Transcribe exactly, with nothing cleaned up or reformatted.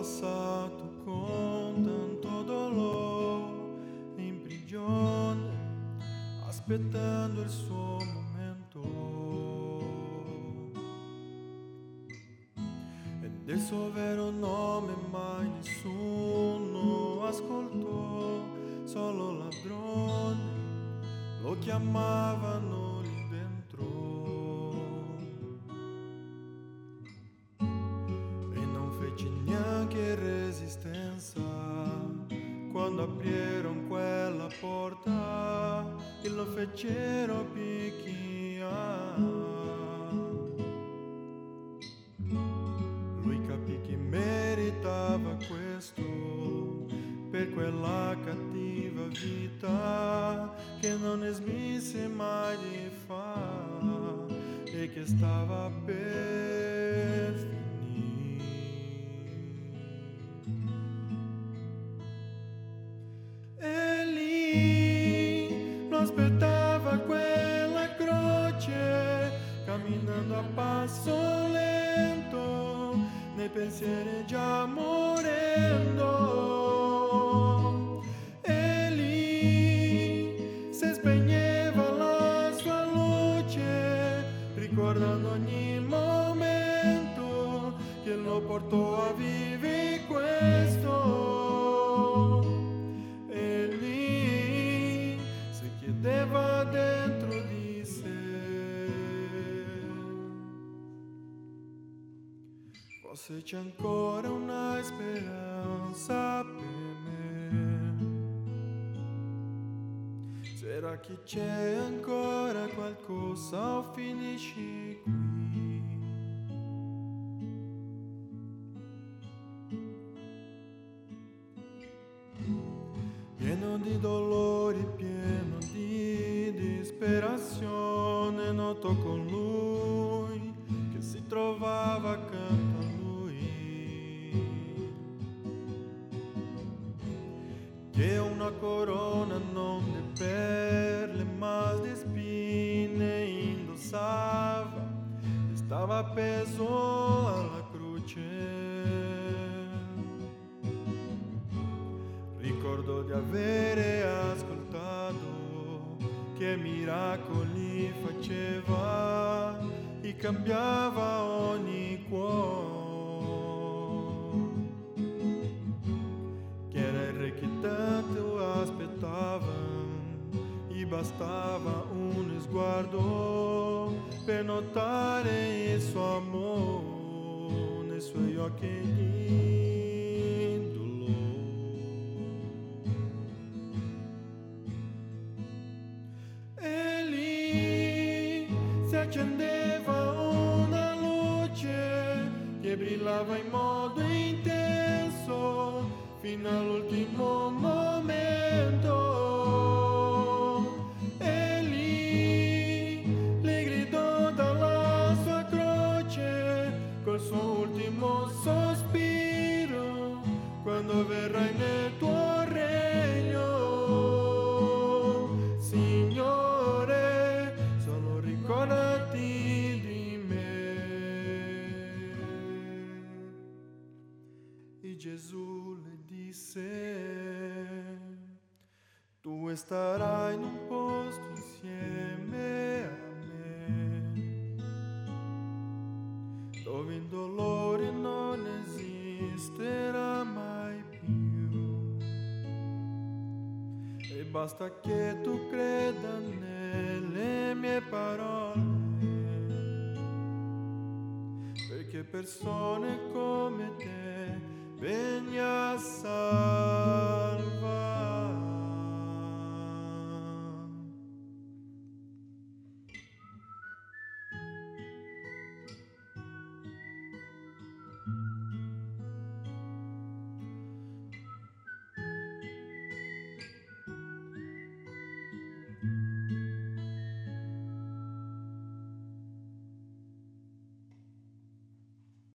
passato con tanto dolore in prigione, aspettando il suo momento. E del suo vero nome mai nessuno ascoltò, solo ladroni lo chiamavano lì dentro. E non fece neanche resistenza quando aprirono quella porta e lo fecero picchiare. Lui capì che meritava questo per quella cattiva vita che non ne smise mai di fare e che stava per finire. E lì lo aspettava quella croce, camminando a passo lento, nei pensieri già morendo. E lì si spegneva la sua luce, ricordando ogni momento che lo portò a vivere questo. E lì si chiedeva dentro di sé: forse c'è ancora una speranza per me. Sarà che c'è ancora qualcosa o finisci qui? Pieno di dolori, pieno di disperazione, notò con lui che si trovava accanto a lui, che una corona non di perle ma di spine indossava e stava appeso alla croce. Ricordò di avere ascoltato che miracoli faceva e cambiava ogni cuore, che era il re che tanto aspettava e bastava un sguardo per notare il suo amore nei suoi occhi di dolore. E lì si accendeva una luce che brillava in modo intenso fino all'ultimo momento. E lì le gridò dalla sua croce col suo ultimo sospiro: quando verrai nel tuo regno, Signore, solo ricordati di me. E Gesù le disse: tu starai in un posto insieme a me, dove il dolore non esisterà mai più, e basta che tu creda nelle mie parole, perché persone come te